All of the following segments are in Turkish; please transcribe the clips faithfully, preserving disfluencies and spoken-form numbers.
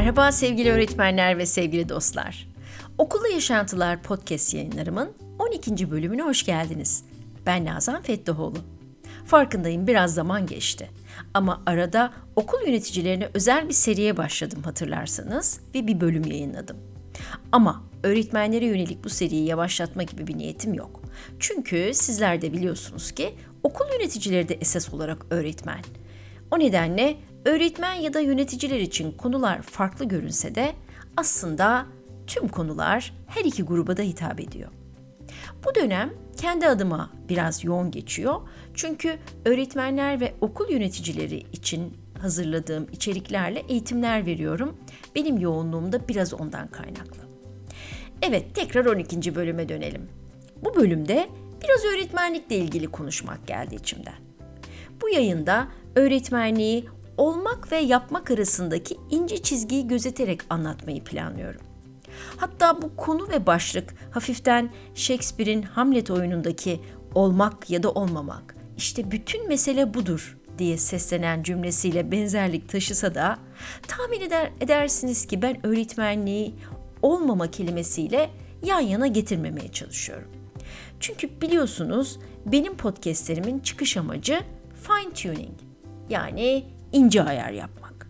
Merhaba sevgili öğretmenler ve sevgili dostlar. Okulda Yaşantılar podcast yayınlarımın on ikinci bölümüne hoş geldiniz. Ben Nazan Fettahoğlu. Farkındayım biraz zaman geçti. Ama arada okul yöneticilerine özel bir seriye başladım hatırlarsanız ve bir bölüm yayınladım. Ama öğretmenlere yönelik bu seriyi yavaşlatma gibi bir niyetim yok. Çünkü sizler de biliyorsunuz ki okul yöneticileri de esas olarak öğretmen. O nedenle öğretmen ya da yöneticiler için konular farklı görünse de aslında tüm konular her iki gruba da hitap ediyor. Bu dönem kendi adıma biraz yoğun geçiyor. Çünkü öğretmenler ve okul yöneticileri için hazırladığım içeriklerle eğitimler veriyorum. Benim yoğunluğum da biraz ondan kaynaklı. Evet, tekrar on ikinci bölüme dönelim. Bu bölümde biraz öğretmenlikle ilgili konuşmak geldi içimden. Bu yayında öğretmenliği olmak ve yapmak arasındaki ince çizgiyi gözeterek anlatmayı planlıyorum. Hatta bu konu ve başlık hafiften Shakespeare'in Hamlet oyunundaki olmak ya da olmamak, işte bütün mesele budur diye seslenen cümlesiyle benzerlik taşısa da tahmin eder, edersiniz ki ben öğretmenliği olmama kelimesiyle yan yana getirmemeye çalışıyorum. Çünkü biliyorsunuz benim podcastlerimin çıkış amacı fine tuning, yani ince ayar yapmak.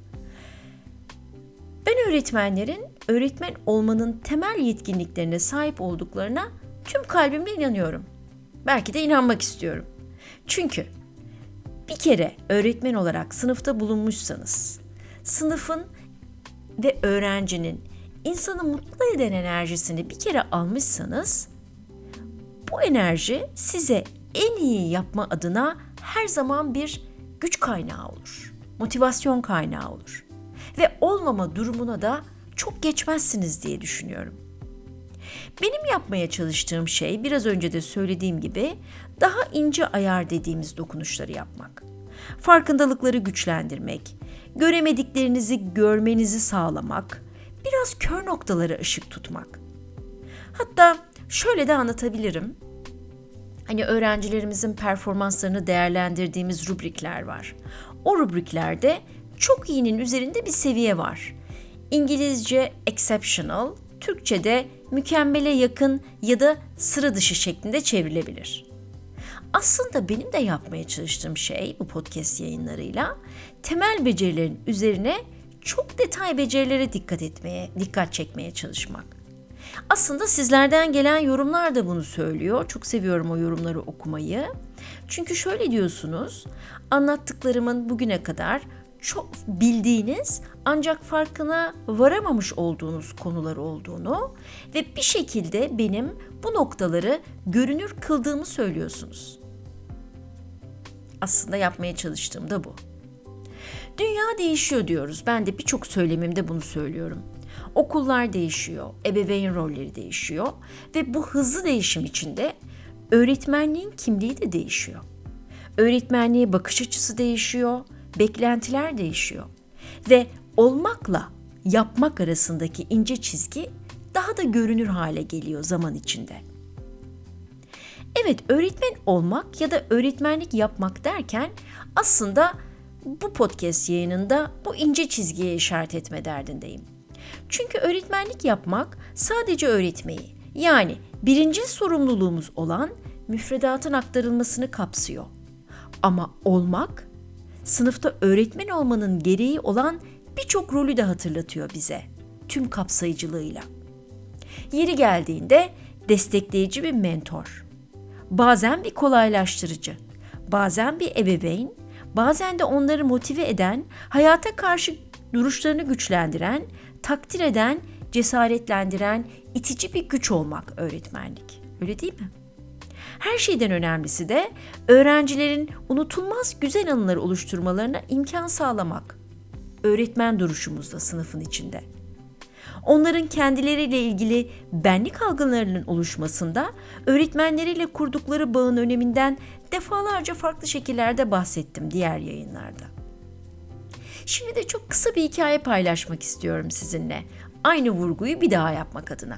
Ben öğretmenlerin öğretmen olmanın temel yetkinliklerine sahip olduklarına tüm kalbimle inanıyorum. Belki de inanmak istiyorum. Çünkü bir kere öğretmen olarak sınıfta bulunmuşsanız, sınıfın ve öğrencinin insanı mutlu eden enerjisini bir kere almışsanız, bu enerji size en iyi yapma adına her zaman bir güç kaynağı olur, motivasyon kaynağı olur ve olmama durumuna da çok geçmezsiniz diye düşünüyorum. Benim yapmaya çalıştığım şey biraz önce de söylediğim gibi daha ince ayar dediğimiz dokunuşları yapmak. Farkındalıkları güçlendirmek, göremediklerinizi görmenizi sağlamak, biraz kör noktalara ışık tutmak. Hatta şöyle de anlatabilirim. Hani öğrencilerimizin performanslarını değerlendirdiğimiz rubrikler var. O rubriklerde çok iyinin üzerinde bir seviye var. İngilizce exceptional, Türkçe'de mükemmele yakın ya da sıra dışı şeklinde çevrilebilir. Aslında benim de yapmaya çalıştığım şey bu podcast yayınlarıyla temel becerilerin üzerine çok detay becerilere dikkat etmeye, dikkat çekmeye çalışmak. Aslında sizlerden gelen yorumlar da bunu söylüyor. Çok seviyorum o yorumları okumayı. Çünkü şöyle diyorsunuz, anlattıklarımın bugüne kadar çok bildiğiniz ancak farkına varamamış olduğunuz konular olduğunu ve bir şekilde benim bu noktaları görünür kıldığımı söylüyorsunuz. Aslında yapmaya çalıştığım da bu. Dünya değişiyor diyoruz. Ben de birçok söylemimde bunu söylüyorum. Okullar değişiyor, ebeveyn rolleri değişiyor ve bu hızlı değişim içinde öğretmenliğin kimliği de değişiyor. Öğretmenliğe bakış açısı değişiyor, beklentiler değişiyor ve olmakla yapmak arasındaki ince çizgi daha da görünür hale geliyor zaman içinde. Evet, öğretmen olmak ya da öğretmenlik yapmak derken aslında bu podcast yayınında bu ince çizgiye işaret etme derdindeyim. Çünkü öğretmenlik yapmak sadece öğretmeyi, yani birinci sorumluluğumuz olan müfredatın aktarılmasını kapsıyor. Ama olmak, sınıfta öğretmen olmanın gereği olan birçok rolü de hatırlatıyor bize, tüm kapsayıcılığıyla. Yeri geldiğinde destekleyici bir mentor, bazen bir kolaylaştırıcı, bazen bir ebeveyn, bazen de onları motive eden, hayata karşı duruşlarını güçlendiren, takdir eden, cesaretlendiren, itici bir güç olmak öğretmenlik. Öyle değil mi? Her şeyden önemlisi de öğrencilerin unutulmaz güzel anılar oluşturmalarına imkan sağlamak. Öğretmen duruşumuzda sınıfın içinde. Onların kendileriyle ilgili benlik algılarının oluşmasında öğretmenleriyle kurdukları bağın öneminden defalarca farklı şekillerde bahsettim diğer yayınlarda. Şimdi de çok kısa bir hikaye paylaşmak istiyorum sizinle. Aynı vurguyu bir daha yapmak adına.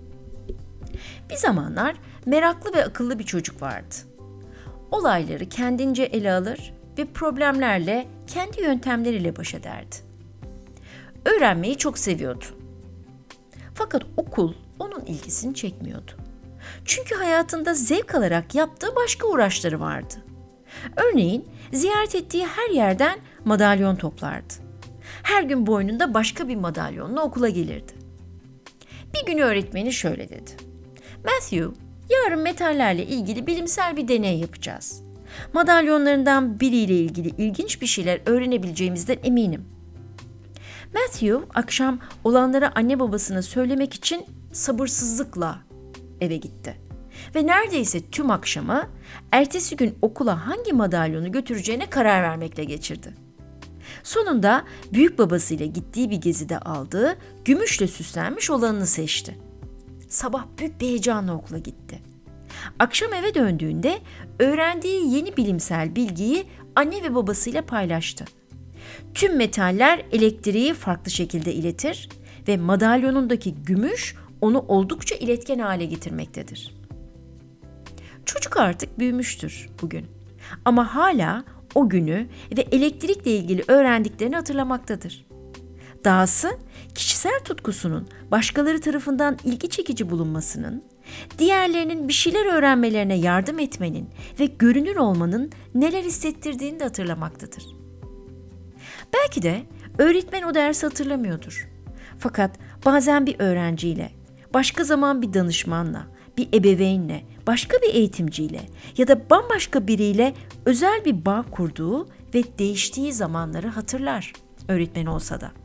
Bir zamanlar meraklı ve akıllı bir çocuk vardı. Olayları kendince ele alır ve problemlerle kendi yöntemleriyle baş ederdi. Öğrenmeyi çok seviyordu. Fakat okul onun ilgisini çekmiyordu. Çünkü hayatında zevk alarak yaptığı başka uğraşları vardı. Örneğin ziyaret ettiği her yerden madalyon toplardı. Her gün boynunda başka bir madalyonla okula gelirdi. Bir gün öğretmeni şöyle dedi. Matthew, yarın metallerle ilgili bilimsel bir deney yapacağız. Madalyonlarından biriyle ilgili ilginç bir şeyler öğrenebileceğimizden eminim. Matthew akşam olanları anne babasına söylemek için sabırsızlıkla eve gitti. Ve neredeyse tüm akşamı ertesi gün okula hangi madalyonu götüreceğine karar vermekle geçirdi. Sonunda büyük babasıyla gittiği bir gezide aldığı gümüşle süslenmiş olanını seçti. Sabah büyük bir heyecanla okula gitti. Akşam eve döndüğünde öğrendiği yeni bilimsel bilgiyi anne ve babasıyla paylaştı. Tüm metaller elektriği farklı şekilde iletir ve madalyonundaki gümüş onu oldukça iletken hale getirmektedir. Çocuk artık büyümüştür bugün ama hala o günü ve elektrikle ilgili öğrendiklerini hatırlamaktadır. Dahası kişisel tutkusunun başkaları tarafından ilgi çekici bulunmasının, diğerlerinin bir şeyler öğrenmelerine yardım etmenin ve görünür olmanın neler hissettirdiğini de hatırlamaktadır. Belki de öğretmen o dersi hatırlamıyordur. Fakat bazen bir öğrenciyle, başka zaman bir danışmanla, bir ebeveynle, başka bir eğitimciyle ya da bambaşka biriyle özel bir bağ kurduğu ve değiştiği zamanları hatırlar öğretmen olsa da.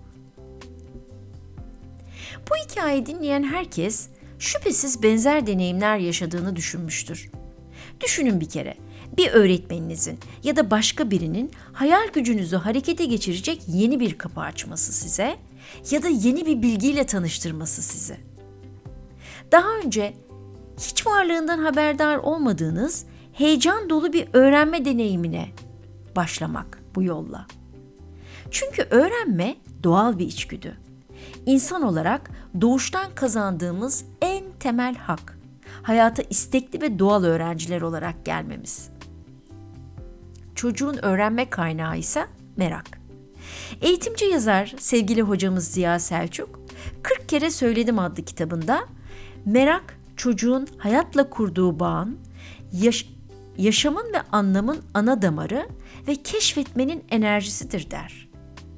Bu hikayeyi dinleyen herkes şüphesiz benzer deneyimler yaşadığını düşünmüştür. Düşünün bir kere, bir öğretmeninizin ya da başka birinin hayal gücünüzü harekete geçirecek yeni bir kapı açması size ya da yeni bir bilgiyle tanıştırması sizi. Daha önce hiç varlığından haberdar olmadığınız heyecan dolu bir öğrenme deneyimine başlamak bu yolla. Çünkü öğrenme doğal bir içgüdü. İnsan olarak doğuştan kazandığımız en temel hak, hayata istekli ve doğal öğrenciler olarak gelmemiz. Çocuğun öğrenme kaynağı ise merak. Eğitimci yazar sevgili hocamız Ziya Selçuk, kırk kere söyledim adlı kitabında, merak çocuğun hayatla kurduğu bağın, yaş- yaşamın ve anlamın ana damarı ve keşfetmenin enerjisidir der.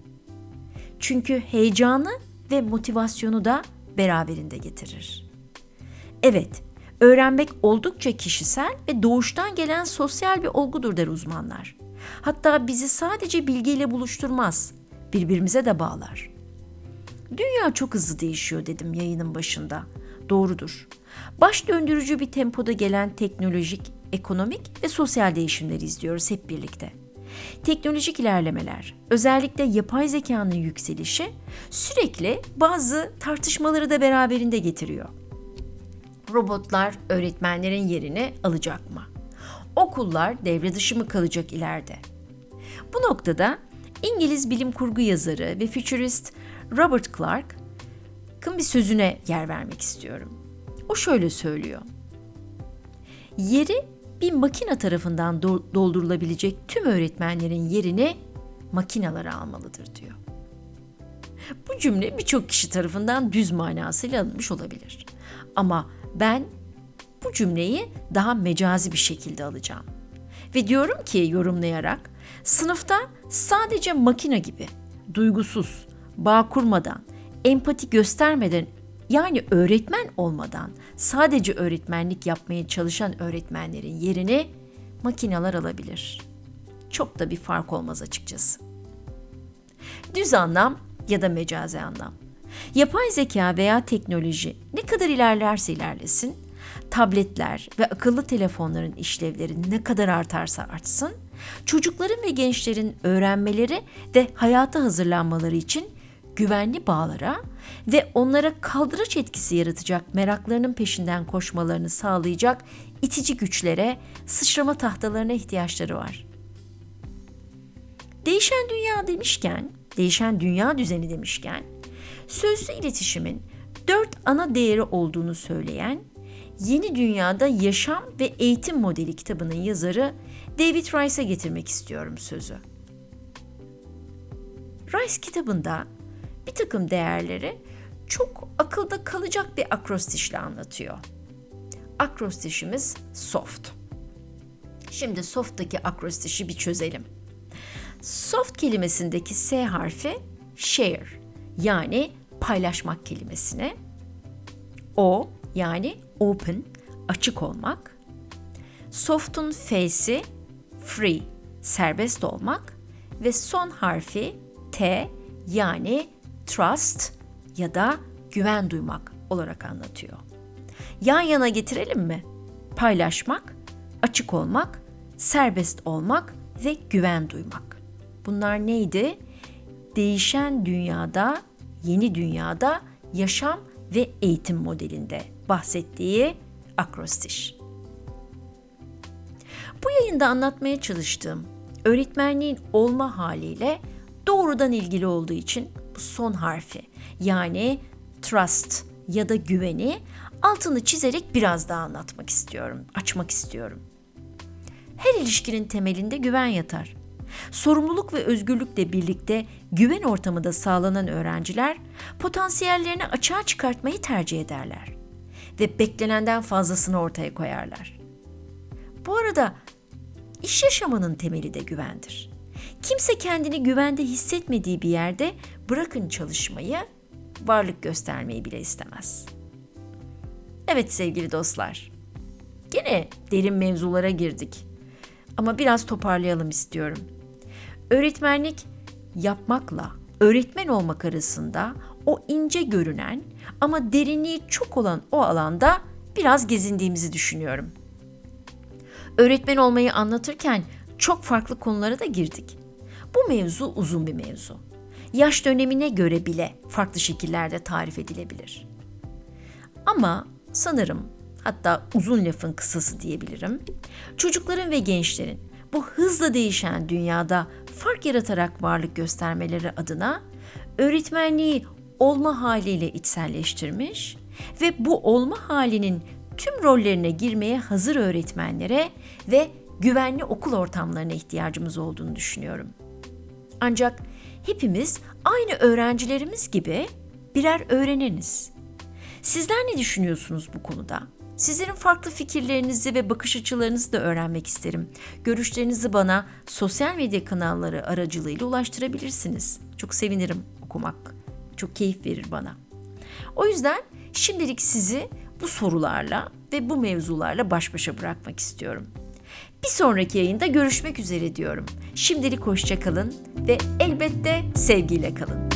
Çünkü heyecanı ve motivasyonu da beraberinde getirir. Evet, öğrenmek oldukça kişisel ve doğuştan gelen sosyal bir olgudur der uzmanlar. Hatta bizi sadece bilgiyle buluşturmaz, birbirimize de bağlar. Dünya çok hızlı değişiyor dedim yayının başında. Doğrudur. Baş döndürücü bir tempoda gelen teknolojik, ekonomik ve sosyal değişimleri izliyoruz hep birlikte. Teknolojik ilerlemeler, özellikle yapay zekanın yükselişi sürekli bazı tartışmaları da beraberinde getiriyor. Robotlar öğretmenlerin yerini alacak mı? Okullar devre dışı mı kalacak ileride? Bu noktada İngiliz bilim kurgu yazarı ve fütürist Robert Clark'ın bir sözüne yer vermek istiyorum. O şöyle söylüyor. Yeri bir makine tarafından doldurulabilecek tüm öğretmenlerin yerini makineler almalıdır diyor. Bu cümle birçok kişi tarafından düz manasıyla alınmış olabilir. Ama ben bu cümleyi daha mecazi bir şekilde alacağım. Ve diyorum ki yorumlayarak, sınıfta sadece makine gibi, duygusuz, bağ kurmadan, empati göstermeden, yani öğretmen olmadan sadece öğretmenlik yapmaya çalışan öğretmenlerin yerini makineler alabilir. Çok da bir fark olmaz açıkçası. Düz anlam ya da mecazi anlam. Yapay zeka veya teknoloji ne kadar ilerlerse ilerlesin, tabletler ve akıllı telefonların işlevleri ne kadar artarsa artsın, çocukların ve gençlerin öğrenmeleri ve hayata hazırlanmaları için güvenli bağlara ve onlara kaldıraç etkisi yaratacak meraklarının peşinden koşmalarını sağlayacak itici güçlere, sıçrama tahtalarına ihtiyaçları var. Değişen dünya demişken, değişen dünya düzeni demişken, sözlü iletişimin dört ana değeri olduğunu söyleyen Yeni Dünyada Yaşam ve Eğitim Modeli kitabının yazarı David Rice'a getirmek istiyorum sözü. Rice kitabında bir takım değerleri çok akılda kalacak bir akrostişle anlatıyor. Akrostişimiz soft. Şimdi soft'taki akrostişi bir çözelim. Soft kelimesindeki S harfi share yani paylaşmak kelimesine, O yani open, açık olmak, soft'un F'si free, serbest olmak ve son harfi T yani trust ya da güven duymak olarak anlatıyor. Yan yana getirelim mi? Paylaşmak, açık olmak, serbest olmak ve güven duymak. Bunlar neydi? Değişen dünyada, yeni dünyada yaşam ve eğitim modelinde bahsettiği akrostiş. Bu yayında anlatmaya çalıştığım öğretmenliğin olma haliyle doğrudan ilgili olduğu için bu son harfi yani trust ya da güveni altını çizerek biraz daha anlatmak istiyorum, açmak istiyorum. Her ilişkinin temelinde güven yatar. Sorumluluk ve özgürlükle birlikte güven ortamı da sağlanan öğrenciler potansiyellerini açığa çıkartmayı tercih ederler ve beklenenden fazlasını ortaya koyarlar. Bu arada iş yaşamının temeli de güvendir. Kimse kendini güvende hissetmediği bir yerde bırakın çalışmayı, varlık göstermeyi bile istemez. Evet sevgili dostlar, gene derin mevzulara girdik ama biraz toparlayalım istiyorum. Öğretmenlik yapmakla öğretmen olmak arasında o ince görünen ama derinliği çok olan o alanda biraz gezindiğimizi düşünüyorum. Öğretmen olmayı anlatırken çok farklı konulara da girdik. Bu mevzu uzun bir mevzu. Yaş dönemine göre bile farklı şekillerde tarif edilebilir. Ama sanırım, hatta uzun lafın kısası diyebilirim, çocukların ve gençlerin bu hızla değişen dünyada fark yaratarak varlık göstermeleri adına öğretmenliği olma haliyle içselleştirmiş ve bu olma halinin tüm rollerine girmeye hazır öğretmenlere ve güvenli okul ortamlarına ihtiyacımız olduğunu düşünüyorum. Ancak hepimiz aynı öğrencilerimiz gibi birer öğreneniz. Sizler ne düşünüyorsunuz bu konuda? Sizlerin farklı fikirlerinizi ve bakış açılarınızı da öğrenmek isterim. Görüşlerinizi bana sosyal medya kanalları aracılığıyla ulaştırabilirsiniz. Çok sevinirim okumak. Çok keyif verir bana. O yüzden şimdilik sizi bu sorularla ve bu mevzularla baş başa bırakmak istiyorum. Bir sonraki yayında görüşmek üzere diyorum. Şimdilik hoşça kalın ve elbette sevgiyle kalın.